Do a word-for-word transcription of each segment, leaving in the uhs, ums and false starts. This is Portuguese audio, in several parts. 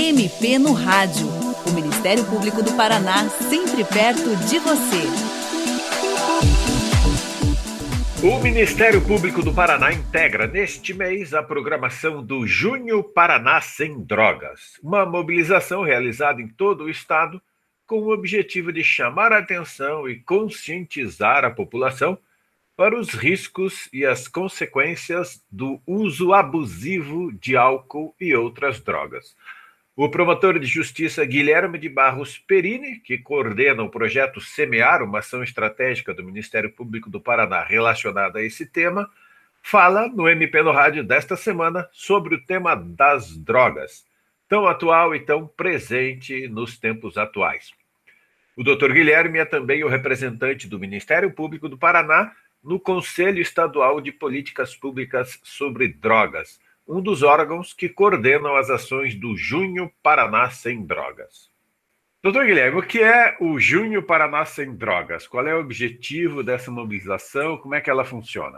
M P no Rádio. O Ministério Público do Paraná, sempre perto de você. O Ministério Público do Paraná integra neste mês a programação do Junho Paraná Sem Drogas, uma mobilização realizada em todo o estado com o objetivo de chamar a atenção e conscientizar a população para os riscos e as consequências do uso abusivo de álcool e outras drogas. O promotor de justiça Guilherme de Barros Perini, que coordena o projeto Semear, uma ação estratégica do Ministério Público do Paraná relacionada a esse tema, fala no M P no Rádio desta semana sobre o tema das drogas, tão atual e tão presente nos tempos atuais. O doutor Guilherme é também o representante do Ministério Público do Paraná no Conselho Estadual de Políticas Públicas sobre Drogas, um dos órgãos que coordenam as ações do Junho Paraná Sem Drogas. doutor Guilherme, o que é o Junho Paraná Sem Drogas? Qual é o objetivo dessa mobilização? Como é que ela funciona?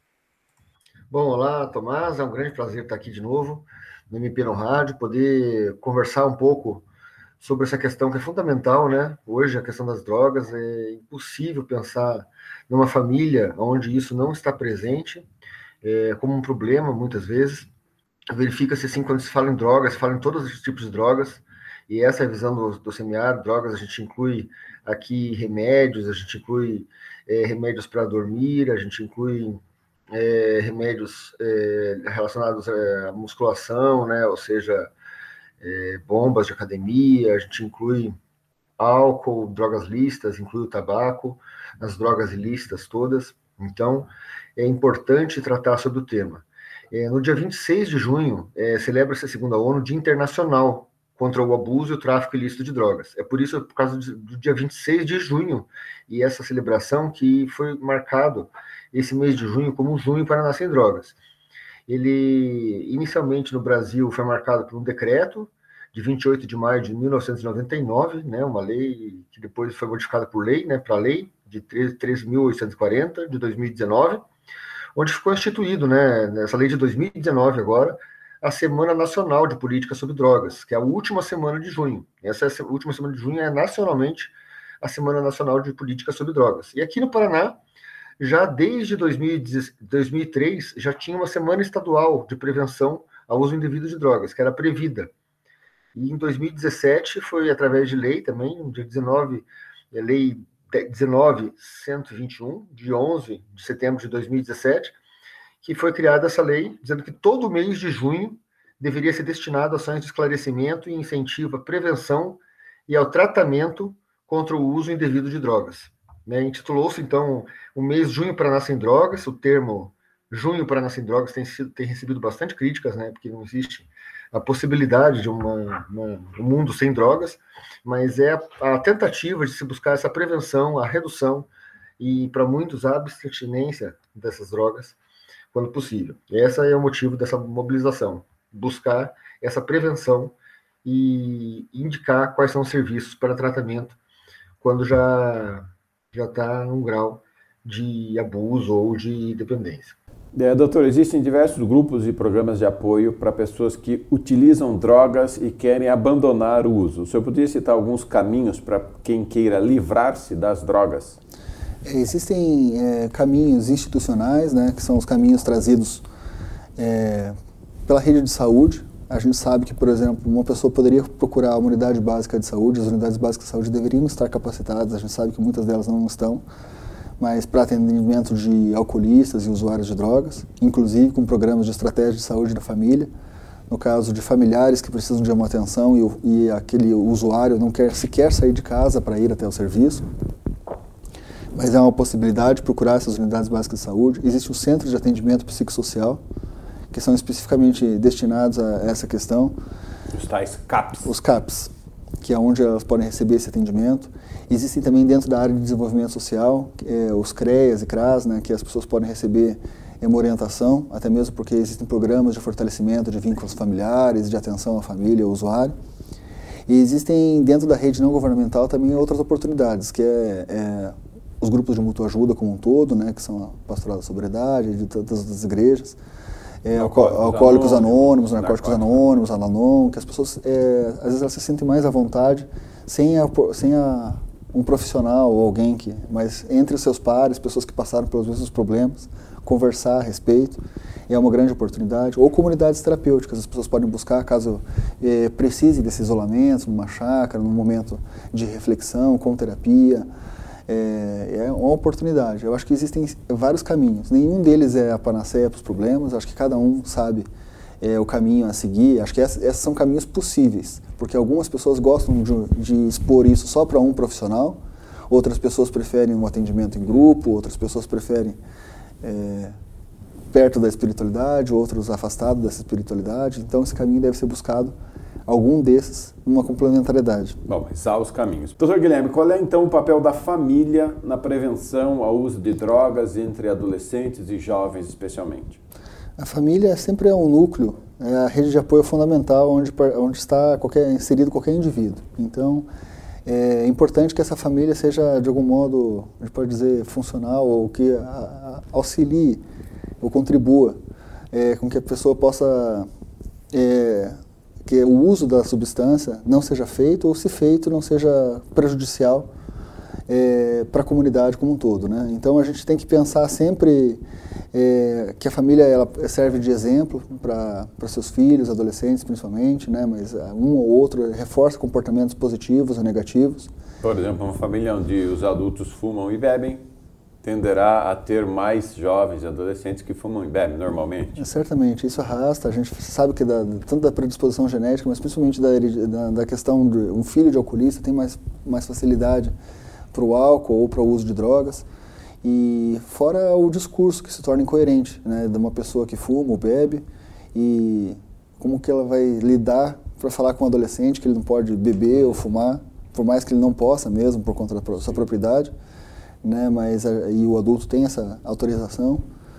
Bom, olá, Tomás. É um grande prazer estar aqui de novo no M P no Rádio, poder conversar um pouco sobre essa questão que é fundamental, né? Hoje, a questão das drogas, é impossível pensar numa família onde isso não está presente, é, como um problema, muitas vezes. Verifica-se, assim, quando se fala em drogas, se fala em todos os tipos de drogas, e essa é a visão do, do Semear. Drogas, a gente inclui aqui remédios, a gente inclui é, remédios para dormir, a gente inclui é, remédios é, relacionados à musculação, né? Ou seja, é, bombas de academia, a gente inclui álcool, drogas lícitas, inclui o tabaco, as drogas ilícitas todas. Então, é importante tratar sobre o tema. É, no dia vinte e seis de junho, é, celebra-se, segundo a ONU, Dia Internacional contra o Abuso e o Tráfico Ilícito de Drogas. É por isso, por causa do, do dia vinte e seis de junho, e essa celebração que foi marcado esse mês de junho como Junho Paraná Sem Drogas. Ele, inicialmente, no Brasil, foi marcado por um decreto de vinte e oito de maio de mil novecentos e noventa e nove, né, uma lei que depois foi modificada por lei, né, para a lei de treze mil oitocentos e quarenta, de dois mil e dezenove, onde ficou instituído, né, nessa lei de dois mil e dezenove agora, a Semana Nacional de Política sobre Drogas, que é a última semana de junho. Essa é a última semana de junho é nacionalmente a Semana Nacional de Política sobre Drogas. E aqui no Paraná, já desde dois mil e três, já tinha uma Semana Estadual de Prevenção ao Uso Indevido de Drogas, que era a Previda. E em dois mil e dezessete foi através de lei também, no dia dezenove, a lei dezenove mil cento e vinte e um, de onze de setembro de dois mil e dezessete, que foi criada essa lei, dizendo que todo mês de junho deveria ser destinado a ações de esclarecimento e incentivo à prevenção e ao tratamento contra o uso indevido de drogas. Né? Intitulou-se, então, o mês Junho Paraná Sem Drogas. O termo Junho Paraná Sem Drogas tem, sido, tem recebido bastante críticas, né? Porque não existe a possibilidade de uma, uma, um mundo sem drogas, mas é a, a tentativa de se buscar essa prevenção, a redução e, para muitos, a abstinência dessas drogas, quando possível. Esse é o motivo dessa mobilização, buscar essa prevenção e indicar quais são os serviços para tratamento quando já já está num grau de abuso ou de dependência. É, doutor, existem diversos grupos e programas de apoio para pessoas que utilizam drogas e querem abandonar o uso. O senhor poderia citar alguns caminhos para quem queira livrar-se das drogas? Existem é, caminhos institucionais, né, que são os caminhos trazidos é, pela rede de saúde. A gente sabe que, por exemplo, uma pessoa poderia procurar uma unidade básica de saúde, as unidades básicas de saúde deveriam estar capacitadas, a gente sabe que muitas delas não estão, mas para atendimento de alcoolistas e usuários de drogas, inclusive com programas de estratégia de saúde da família, no caso de familiares que precisam de uma atenção e, e aquele usuário não quer sequer sair de casa para ir até o serviço. Mas é uma possibilidade procurar essas unidades básicas de saúde. Existe um centro de atendimento psicossocial, que são especificamente destinados a essa questão. Os tais C A Ps. Os C A Ps, que é onde elas podem receber esse atendimento. Existem também dentro da área de desenvolvimento social, é, os CREAS e CRAS, né, que as pessoas podem receber é, uma orientação, até mesmo porque existem programas de fortalecimento de vínculos familiares, de atenção à família, ao usuário. E existem dentro da rede não governamental também outras oportunidades, que é, é os grupos de mútua ajuda como um todo, né, que são a Pastoral da Sobriedade, de tantas outras igrejas, é, alcoólicos, alcoólicos anônimos, narcóticos anônimos, Al-Anon, que as pessoas, é, às vezes elas se sentem mais à vontade, sem, a, sem a, um profissional ou alguém que, mas entre os seus pares, pessoas que passaram pelos mesmos problemas, conversar a respeito, é uma grande oportunidade. Ou comunidades terapêuticas, as pessoas podem buscar caso é, precise desse isolamento, numa chácara, num momento de reflexão, com terapia. É, é uma oportunidade. Eu acho que existem vários caminhos. Nenhum deles é a panaceia para os problemas. Acho que cada um sabe é, o caminho a seguir. Acho que esses, esses são caminhos possíveis, porque algumas pessoas gostam de, de expor isso só para um profissional, outras pessoas preferem um atendimento em grupo, outras pessoas preferem é, perto da espiritualidade, outros afastados dessa espiritualidade. Então esse caminho deve ser buscado, algum desses, numa complementariedade. Bom, mas há os caminhos. doutor Guilherme, qual é então o papel da família na prevenção ao uso de drogas entre adolescentes e jovens especialmente? A família sempre é um núcleo, é a rede de apoio fundamental onde, onde está qualquer, inserido qualquer indivíduo. Então, é importante que essa família seja, de algum modo, a gente pode dizer, funcional, ou que a, a, auxilie ou contribua é, com que a pessoa possa... É, que o uso da substância não seja feito, ou se feito, não seja prejudicial é, para a comunidade como um todo, né? Então a gente tem que pensar sempre é, que a família ela serve de exemplo para seus filhos, adolescentes principalmente, né? Mas um ou outro reforça comportamentos positivos ou negativos. Por exemplo, uma família onde os adultos fumam e bebem tenderá a ter mais jovens e adolescentes que fumam e bebem normalmente? É, certamente, isso arrasta. A gente sabe que da, tanto da predisposição genética, mas principalmente da, da, da questão de um filho de alcoolista tem mais, mais facilidade para o álcool ou para o uso de drogas. E fora o discurso que se torna incoerente, né, de uma pessoa que fuma ou bebe, e como que ela vai lidar para falar com um adolescente que ele não pode beber ou fumar, por mais que ele não possa mesmo, por conta da sua propriedade. Né, mas a, e o adulto tem essa autorização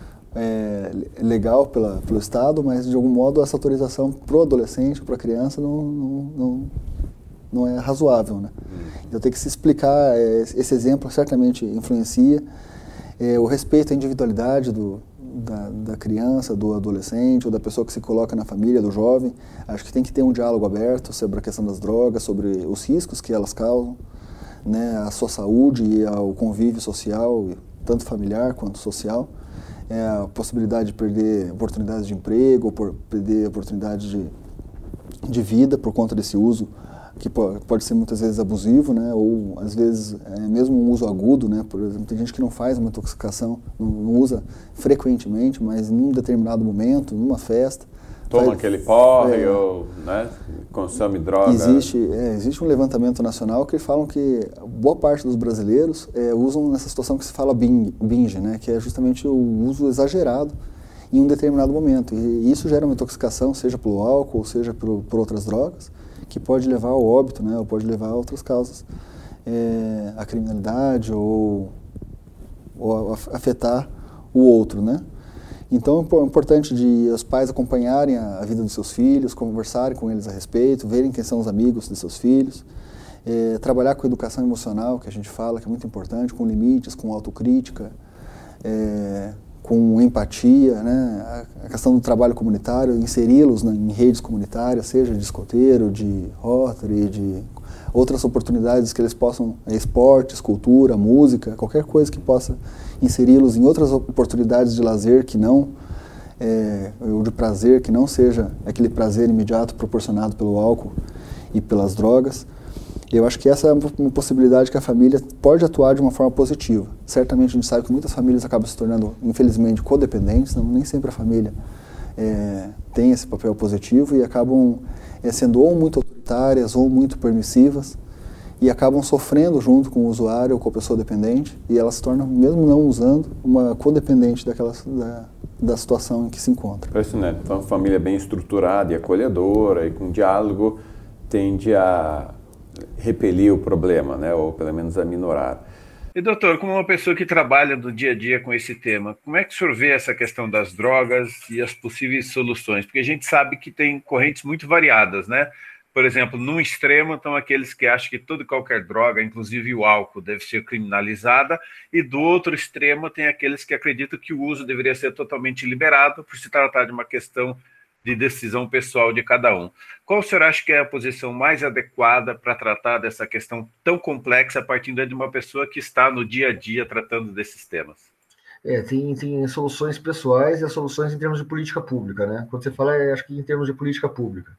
é, legal pela, pelo Estado, mas de algum modo essa autorização para o adolescente, para a criança, não, não, não, não é razoável. Né? Então tem que se explicar, é, esse exemplo certamente influencia, é, o respeito à individualidade do, da, da criança, do adolescente ou da pessoa que se coloca na família, do jovem. Acho que tem que ter um diálogo aberto sobre a questão das drogas, sobre os riscos que elas causam, né, a sua saúde e ao convívio social, tanto familiar quanto social, é a possibilidade de perder oportunidades de emprego, ou por perder oportunidades de, de vida por conta desse uso, que pode, pode ser muitas vezes abusivo, né, ou às vezes é mesmo um uso agudo, né, por exemplo, tem gente que não faz uma intoxicação, não, não usa frequentemente, mas num determinado momento, numa festa, toma faz, aquele porre é, ou né, consome droga. Existe, é, existe um levantamento nacional que falam que boa parte dos brasileiros é, usam nessa situação que se fala binge, né, que é justamente o uso exagerado em um determinado momento. E isso gera uma intoxicação, seja pelo álcool, ou seja por, por outras drogas, que pode levar ao óbito, né, ou pode levar a outras causas, é, a criminalidade ou, ou afetar o outro, né. Então é importante de os pais acompanharem a, a vida dos seus filhos, conversarem com eles a respeito, verem quem são os amigos de seus filhos, é, trabalhar com educação emocional, que a gente fala, que é muito importante, com limites, com autocrítica, é, com empatia, né? a, a questão do trabalho comunitário, inseri-los em redes comunitárias, seja de escoteiro, de Rotary, de outras oportunidades que eles possam, esportes, cultura, música, qualquer coisa que possa inseri-los em outras oportunidades de lazer que não, é, ou de prazer, que não seja aquele prazer imediato proporcionado pelo álcool e pelas drogas. Eu acho que essa é uma possibilidade que a família pode atuar de uma forma positiva. Certamente a gente sabe que muitas famílias acabam se tornando, infelizmente, codependentes, não, nem sempre a família é, tem esse papel positivo e acabam é, sendo ou muito autoritárias ou muito permissivas, e acabam sofrendo junto com o usuário ou com a pessoa dependente, e ela se torna, mesmo não usando, uma codependente daquela, da, da situação em que se encontra. Impressionante. Então, a família bem estruturada e acolhedora e com diálogo tende a repelir o problema, né? Ou pelo menos a minorar. E doutor, como uma pessoa que trabalha no dia a dia com esse tema, como é que o senhor vê essa questão das drogas e as possíveis soluções? Porque a gente sabe que tem correntes muito variadas, né? Por exemplo, num extremo estão aqueles que acham que toda e qualquer droga, inclusive o álcool, deve ser criminalizada, e do outro extremo tem aqueles que acreditam que o uso deveria ser totalmente liberado por se tratar de uma questão de decisão pessoal de cada um. Qual o senhor acha que é a posição mais adequada para tratar dessa questão tão complexa a partir de uma pessoa que está no dia a dia tratando desses temas? É, tem, tem soluções pessoais e as soluções em termos de política pública, né? Quando você fala, é, acho que em termos de política pública.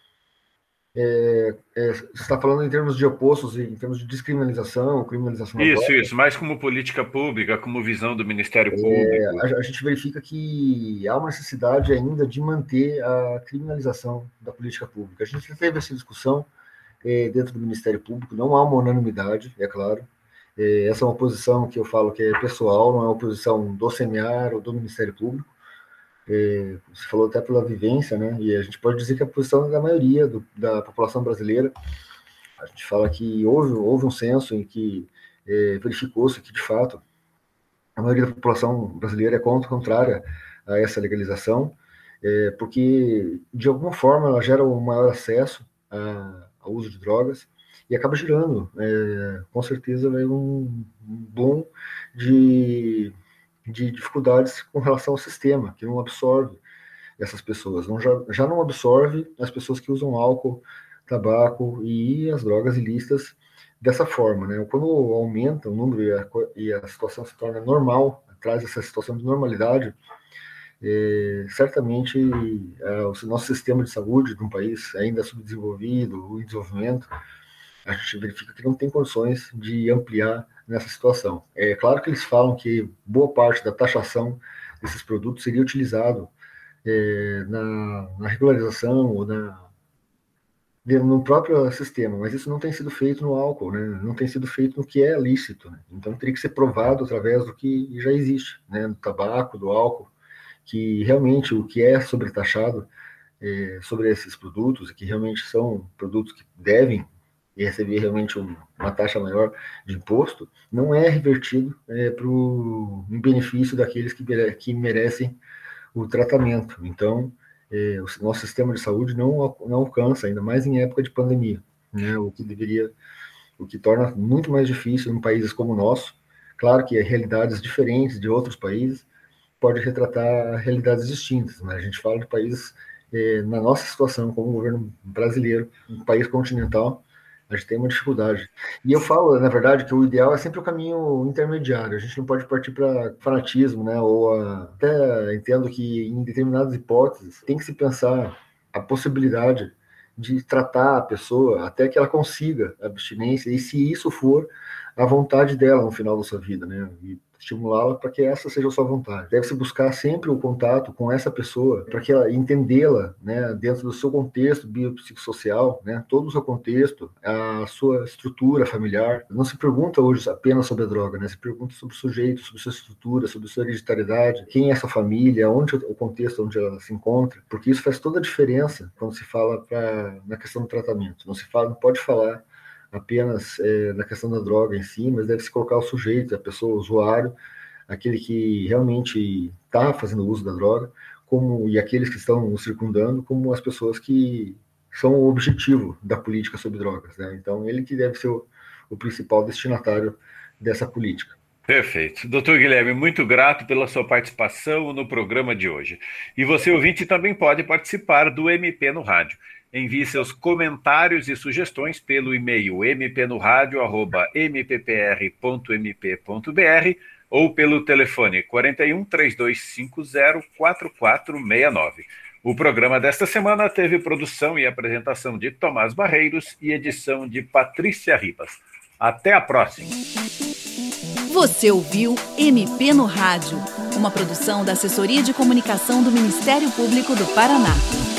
É, é, você está falando em termos de opostos, em termos de descriminalização, criminalização. Isso, agora. isso, mas como política pública, como visão do Ministério é, Público. A, a gente verifica que há uma necessidade ainda de manter a criminalização da política pública. A gente já teve essa discussão é, dentro do Ministério Público, não há uma unanimidade, é claro. É, essa é uma posição que eu falo que é pessoal, não é uma posição do SEMIAR ou do Ministério Público. É, você falou até pela vivência, né? E a gente pode dizer que a posição da maioria do, da população brasileira. A gente fala que houve, houve um censo em que é, verificou-se que, de fato, a maioria da população brasileira é contra, contrária a essa legalização, é, porque, de alguma forma, ela gera um maior acesso a, ao uso de drogas e acaba gerando, é, com certeza, um, um boom de... de dificuldades com relação ao sistema, que não absorve essas pessoas. Não, já, já não absorve as pessoas que usam álcool, tabaco e as drogas ilícitas dessa forma, né? Quando aumenta o número e a, e a situação se torna normal, traz essa situação de normalidade, é, certamente é, o nosso sistema de saúde de um país ainda subdesenvolvido, em desenvolvimento, a gente verifica que não tem condições de ampliar nessa situação. É claro que eles falam que boa parte da taxação desses produtos seria utilizado é, na, na regularização ou na, no próprio sistema, mas isso não tem sido feito no álcool, né? Não tem sido feito no que é lícito, né? Então teria que ser provado através do que já existe, né? Do tabaco, do álcool, que realmente o que é sobretaxado é, sobre esses produtos, que realmente são produtos que devem e receber realmente um, uma taxa maior de imposto, não é revertido é, para o benefício daqueles que, que merecem o tratamento. Então, é, o nosso sistema de saúde não, não alcança, ainda mais em época de pandemia, né, o que deveria, o que torna muito mais difícil em países como o nosso. Claro que realidades diferentes de outros países pode retratar realidades distintas, mas a gente fala de países, é, na nossa situação como governo brasileiro, um país continental, a gente tem uma dificuldade. E eu falo, na verdade, que o ideal é sempre o caminho intermediário. A gente não pode partir para fanatismo, né? Ou a... até entendo que em determinadas hipóteses tem que se pensar a possibilidade de tratar a pessoa até que ela consiga a abstinência, e se isso for a vontade dela no final da sua vida, né? E estimulá-la para que essa seja a sua vontade. Deve-se buscar sempre o contato com essa pessoa para que ela entendê-la, né, dentro do seu contexto biopsicossocial, né, todo o seu contexto, a sua estrutura familiar. Não se pergunta hoje apenas sobre a droga, né? Se pergunta sobre o sujeito, sobre sua estrutura, sobre sua hereditariedade, quem é essa família, onde o contexto onde ela se encontra, porque isso faz toda a diferença quando se fala pra, na questão do tratamento. Não se fala, não pode falar apenas é, na questão da droga em si, mas deve-se colocar o sujeito, a pessoa, o usuário, aquele que realmente está fazendo uso da droga, como, e aqueles que estão o circundando, como as pessoas que são o objetivo da política sobre drogas, né? Então, ele que deve ser o, o principal destinatário dessa política. Perfeito. doutor Guilherme, muito grato pela sua participação no programa de hoje. E você, ouvinte, também pode participar do M P no Rádio. Envie seus comentários e sugestões pelo e-mail m p no rádio arroba m p p r ponto m p ponto b r ou pelo telefone quarenta e um, trinta e dois cinquenta, quatro quatro seis nove. O programa desta semana teve produção e apresentação de Tomás Barreiros e edição de Patrícia Ribas. Até a próxima! Você ouviu M P no Rádio, uma produção da Assessoria de Comunicação do Ministério Público do Paraná.